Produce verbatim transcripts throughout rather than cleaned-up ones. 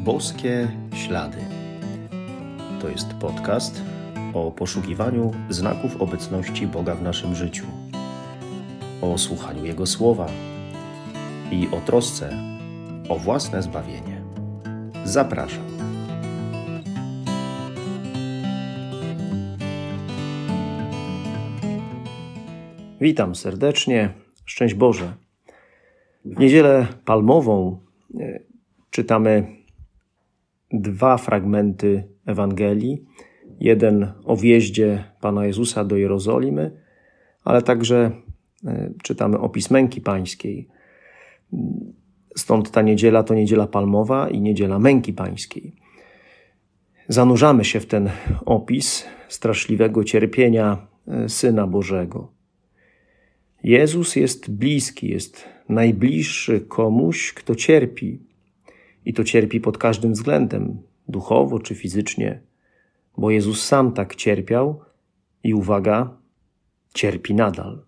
Boskie Ślady. To jest podcast o poszukiwaniu znaków obecności Boga w naszym życiu, o słuchaniu Jego słowa i o trosce o własne zbawienie. Zapraszam. Witam serdecznie. Szczęść Boże. W Niedzielę Palmową czytamy dwa fragmenty Ewangelii. Jeden o wjeździe Pana Jezusa do Jerozolimy, ale także czytamy opis męki pańskiej. Stąd ta niedziela to Niedziela Palmowa i Niedziela Męki Pańskiej. Zanurzamy się w ten opis straszliwego cierpienia Syna Bożego. Jezus jest bliski, jest najbliższy komuś, kto cierpi. I to cierpi pod każdym względem, duchowo czy fizycznie, bo Jezus sam tak cierpiał i uwaga, cierpi nadal.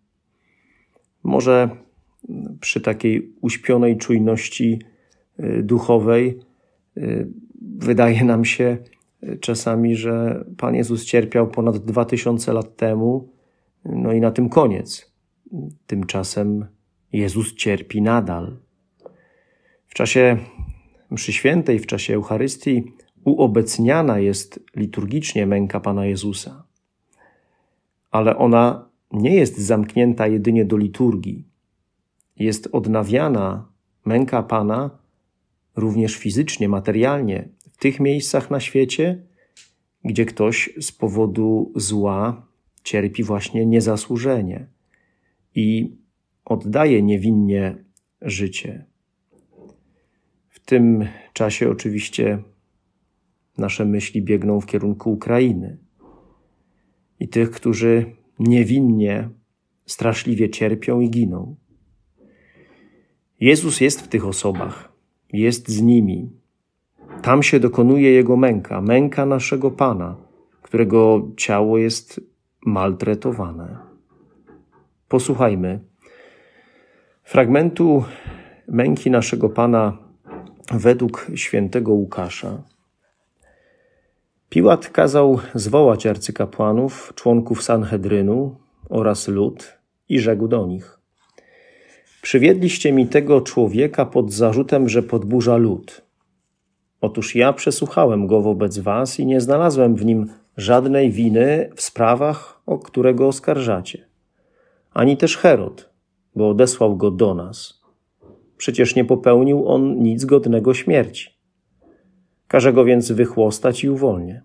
Może przy takiej uśpionej czujności duchowej wydaje nam się czasami, że Pan Jezus cierpiał ponad dwa tysiące lat temu, no i na tym koniec. Tymczasem Jezus cierpi nadal. W czasie mszy świętej, w czasie Eucharystii uobecniana jest liturgicznie męka Pana Jezusa. Ale ona nie jest zamknięta jedynie do liturgii. Jest odnawiana męka Pana również fizycznie, materialnie, w tych miejscach na świecie, gdzie ktoś z powodu zła cierpi właśnie niezasłużenie i oddaje niewinnie życie. W tym czasie oczywiście nasze myśli biegną w kierunku Ukrainy i tych, którzy niewinnie, straszliwie cierpią i giną. Jezus jest w tych osobach, jest z nimi. Tam się dokonuje Jego męka, męka naszego Pana, którego ciało jest maltretowane. Posłuchajmy fragmentu męki naszego Pana według świętego Łukasza. Piłat kazał zwołać arcykapłanów, członków Sanhedrynu oraz lud i rzekł do nich: przywiedliście mi tego człowieka pod zarzutem, że podburza lud. Otóż ja przesłuchałem go wobec was i nie znalazłem w nim żadnej winy w sprawach, o które go oskarżacie. Ani też Herod, bo odesłał go do nas. Przecież nie popełnił on nic godnego śmierci. Każę go więc wychłostać i uwolnię.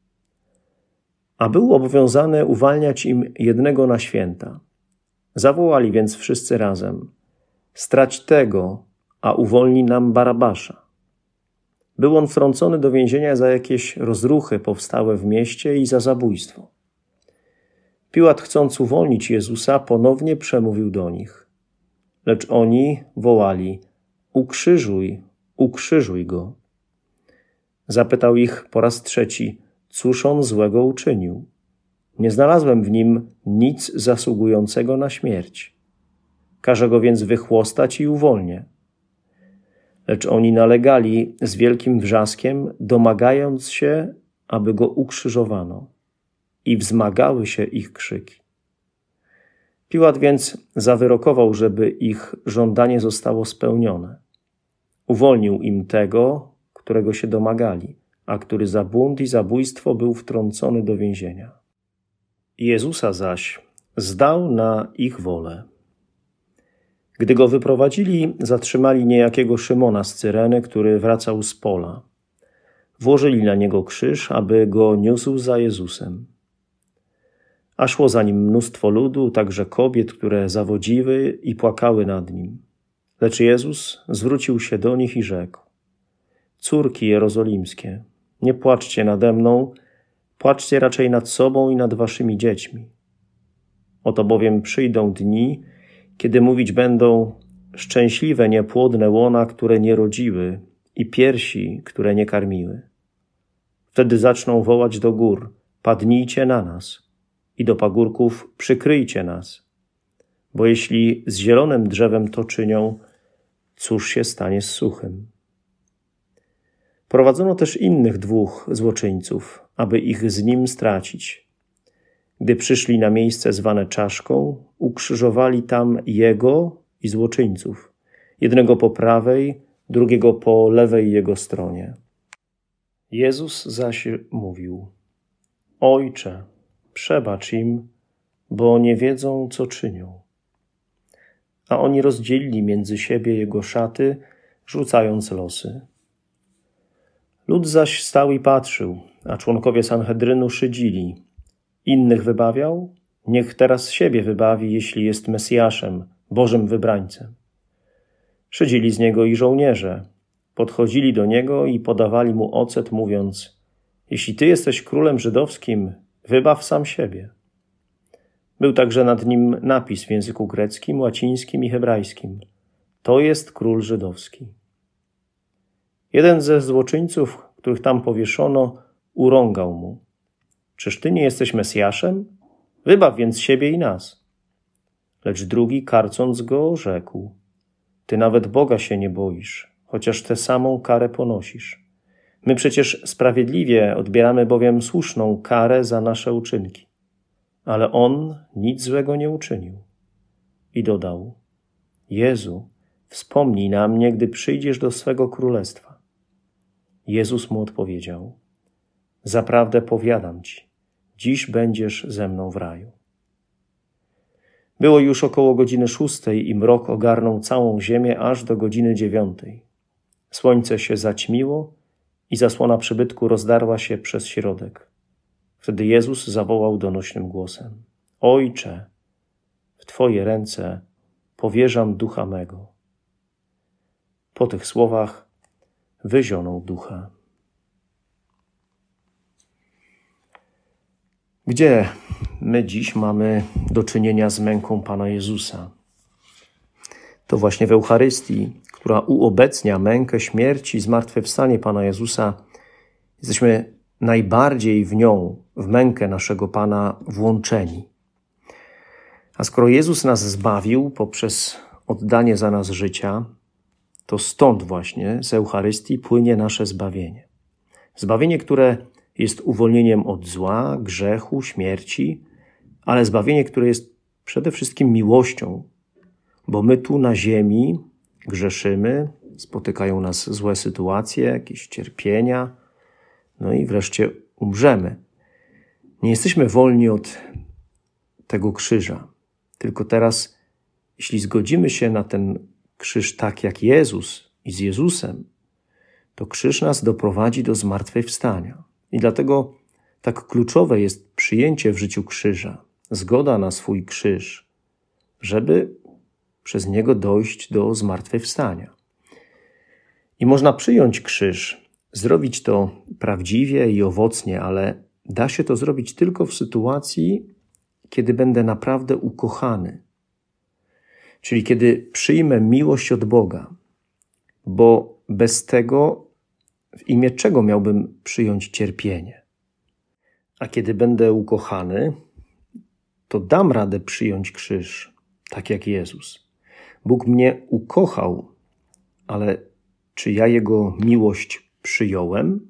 A był obowiązany uwalniać im jednego na święta. Zawołali więc wszyscy razem: strać tego, a uwolni nam Barabasza. Był on wtrącony do więzienia za jakieś rozruchy powstałe w mieście i za zabójstwo. Piłat, chcąc uwolnić Jezusa, ponownie przemówił do nich. Lecz oni wołali: ukrzyżuj, ukrzyżuj go. Zapytał ich po raz trzeci: cóż on złego uczynił? Nie znalazłem w nim nic zasługującego na śmierć. Każę go więc wychłostać i uwolnię. Lecz oni nalegali z wielkim wrzaskiem, domagając się, aby go ukrzyżowano. I wzmagały się ich krzyki. Piłat więc zawyrokował, żeby ich żądanie zostało spełnione. Uwolnił im tego, którego się domagali, a który za bunt i zabójstwo był wtrącony do więzienia. Jezusa zaś zdał na ich wolę. Gdy go wyprowadzili, zatrzymali niejakiego Szymona z Cyreny, który wracał z pola. Włożyli na niego krzyż, aby go niósł za Jezusem. A szło za nim mnóstwo ludu, także kobiet, które zawodziły i płakały nad nim. Lecz Jezus zwrócił się do nich i rzekł: córki jerozolimskie, nie płaczcie nade mną, płaczcie raczej nad sobą i nad waszymi dziećmi. Oto bowiem przyjdą dni, kiedy mówić będą: szczęśliwe niepłodne łona, które nie rodziły, i piersi, które nie karmiły. Wtedy zaczną wołać do gór: padnijcie na nas, i do pagórków: przykryjcie nas. Bo jeśli z zielonym drzewem to czynią, cóż się stanie z suchym? Wprowadzono też innych dwóch złoczyńców, aby ich z nim stracić. Gdy przyszli na miejsce zwane Czaszką, ukrzyżowali tam jego i złoczyńców, jednego po prawej, drugiego po lewej jego stronie. Jezus zaś mówił: Ojcze, przebacz im, bo nie wiedzą, co czynią. A oni rozdzielili między siebie jego szaty, rzucając losy. Lud zaś stał i patrzył, a członkowie Sanhedrynu szydzili. Innych wybawiał? Niech teraz siebie wybawi, jeśli jest Mesjaszem, Bożym wybrańcem. Szydzili z niego i żołnierze. Podchodzili do niego i podawali mu ocet, mówiąc: Jeśli ty jesteś królem żydowskim, wybaw sam siebie. Był także nad nim napis w języku greckim, łacińskim i hebrajskim: To jest król żydowski. Jeden ze złoczyńców, których tam powieszono, urągał mu: Czyż ty nie jesteś Mesjaszem? Wybaw więc siebie i nas. Lecz drugi, karcąc go, rzekł: Ty nawet Boga się nie boisz, chociaż tę samą karę ponosisz. My przecież sprawiedliwie odbieramy bowiem słuszną karę za nasze uczynki. Ale on nic złego nie uczynił. I dodał: Jezu, wspomnij na mnie, gdy przyjdziesz do swego królestwa. Jezus mu odpowiedział: Zaprawdę powiadam ci, dziś będziesz ze mną w raju. Było już około godziny szóstej i mrok ogarnął całą ziemię aż do godziny dziewiątej. Słońce się zaćmiło i zasłona przybytku rozdarła się przez środek. Wtedy Jezus zawołał donośnym głosem: Ojcze, w Twoje ręce powierzam ducha mego. Po tych słowach wyzionął ducha. Gdzie my dziś mamy do czynienia z męką Pana Jezusa? To właśnie w Eucharystii, która uobecnia mękę śmierci i zmartwychwstanie Pana Jezusa, jesteśmy najbardziej w nią, w mękę naszego Pana włączeni. A skoro Jezus nas zbawił poprzez oddanie za nas życia, to stąd właśnie z Eucharystii płynie nasze zbawienie. Zbawienie, które jest uwolnieniem od zła, grzechu, śmierci, ale zbawienie, które jest przede wszystkim miłością, bo my tu na ziemi grzeszymy, spotykają nas złe sytuacje, jakieś cierpienia, no i wreszcie umrzemy. Nie jesteśmy wolni od tego krzyża, tylko teraz, jeśli zgodzimy się na ten krzyż tak jak Jezus i z Jezusem, to krzyż nas doprowadzi do zmartwychwstania. I dlatego tak kluczowe jest przyjęcie w życiu krzyża, zgoda na swój krzyż, żeby przez niego dojść do zmartwychwstania. I można przyjąć krzyż, zrobić to prawdziwie i owocnie, ale da się to zrobić tylko w sytuacji, kiedy będę naprawdę ukochany. Czyli kiedy przyjmę miłość od Boga, bo bez tego w imię czego miałbym przyjąć cierpienie? A kiedy będę ukochany, to dam radę przyjąć krzyż, tak jak Jezus. Bóg mnie ukochał, ale czy ja Jego miłość przyjąłem?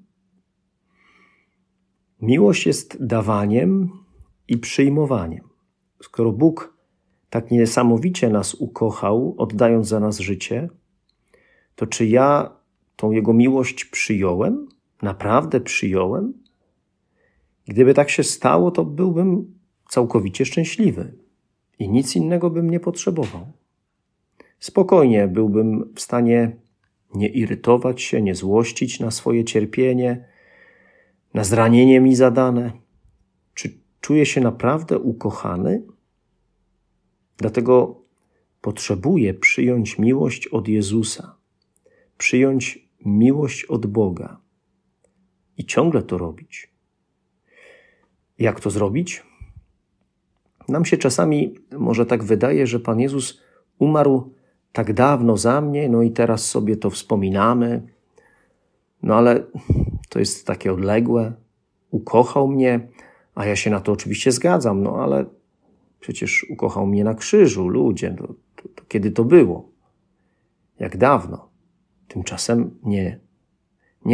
Miłość jest dawaniem i przyjmowaniem. Skoro Bóg tak niesamowicie nas ukochał, oddając za nas życie, to czy ja tą Jego miłość przyjąłem? Naprawdę przyjąłem? Gdyby tak się stało, to byłbym całkowicie szczęśliwy i nic innego bym nie potrzebował. Spokojnie byłbym w stanie nie irytować się, nie złościć na swoje cierpienie, na zranienie mi zadane. Czy czuję się naprawdę ukochany? Dlatego potrzebuję przyjąć miłość od Jezusa, przyjąć miłość od Boga i ciągle to robić. Jak to zrobić? Nam się czasami może tak wydaje, że Pan Jezus umarł tak dawno za mnie, no i teraz sobie to wspominamy. No ale to jest takie odległe. Ukochał mnie, a ja się na to oczywiście zgadzam, no ale przecież ukochał mnie na krzyżu, ludzie. To, to, to kiedy to było? Jak dawno? Tymczasem nie. Nie.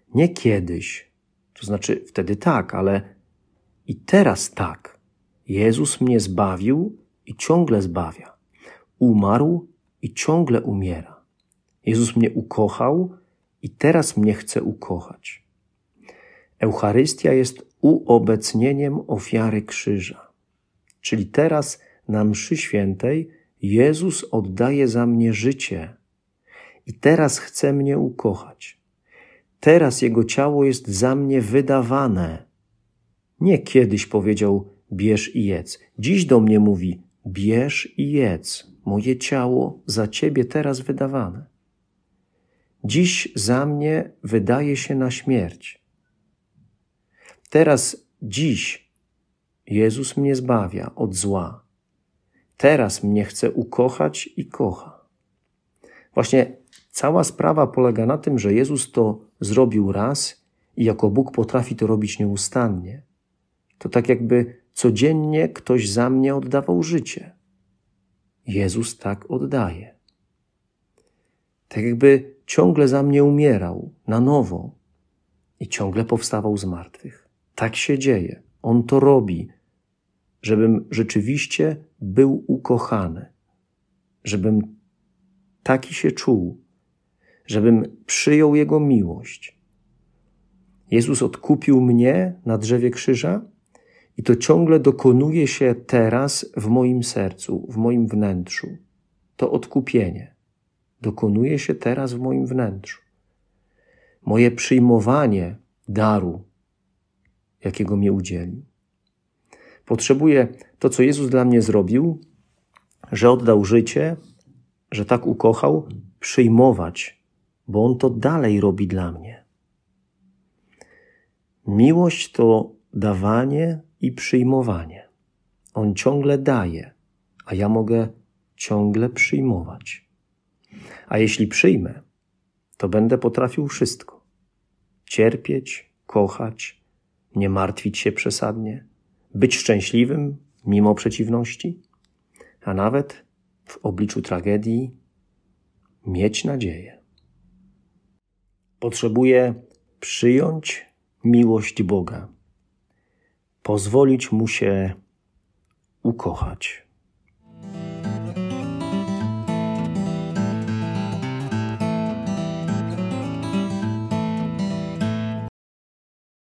Nie kiedyś, to znaczy wtedy tak, ale i teraz tak. Jezus mnie zbawił i ciągle zbawia. Umarł i ciągle umiera. Jezus mnie ukochał i teraz mnie chce ukochać. Eucharystia jest uobecnieniem ofiary krzyża. Czyli teraz na mszy świętej Jezus oddaje za mnie życie i teraz chce mnie ukochać. Teraz Jego ciało jest za mnie wydawane. Nie kiedyś powiedział, bierz i jedz. Dziś do mnie mówi, bierz i jedz. Moje ciało za Ciebie teraz wydawane. Dziś za mnie wydaje się na śmierć. Teraz, dziś Jezus mnie zbawia od zła. Teraz mnie chce ukochać i kocha. Właśnie cała sprawa polega na tym, że Jezus to zrobił raz i jako Bóg potrafi to robić nieustannie. To tak jakby codziennie ktoś za mnie oddawał życie. Jezus tak oddaje. Tak jakby ciągle za mnie umierał na nowo i ciągle powstawał z martwych. Tak się dzieje. On to robi, żebym rzeczywiście był ukochany, żebym taki się czuł, żebym przyjął Jego miłość. Jezus odkupił mnie na drzewie krzyża i to ciągle dokonuje się teraz w moim sercu, w moim wnętrzu. To odkupienie dokonuje się teraz w moim wnętrzu. Moje przyjmowanie daru, jakiego mnie udzielił. Potrzebuję to, co Jezus dla mnie zrobił, że oddał życie, że tak ukochał, przyjmować, bo On to dalej robi dla mnie. Miłość to dawanie i przyjmowanie. On ciągle daje, a ja mogę ciągle przyjmować. A jeśli przyjmę, to będę potrafił wszystko. Cierpieć, kochać, nie martwić się przesadnie, być szczęśliwym mimo przeciwności, a nawet w obliczu tragedii mieć nadzieję. Potrzebuję przyjąć miłość Boga, pozwolić Mu się ukochać.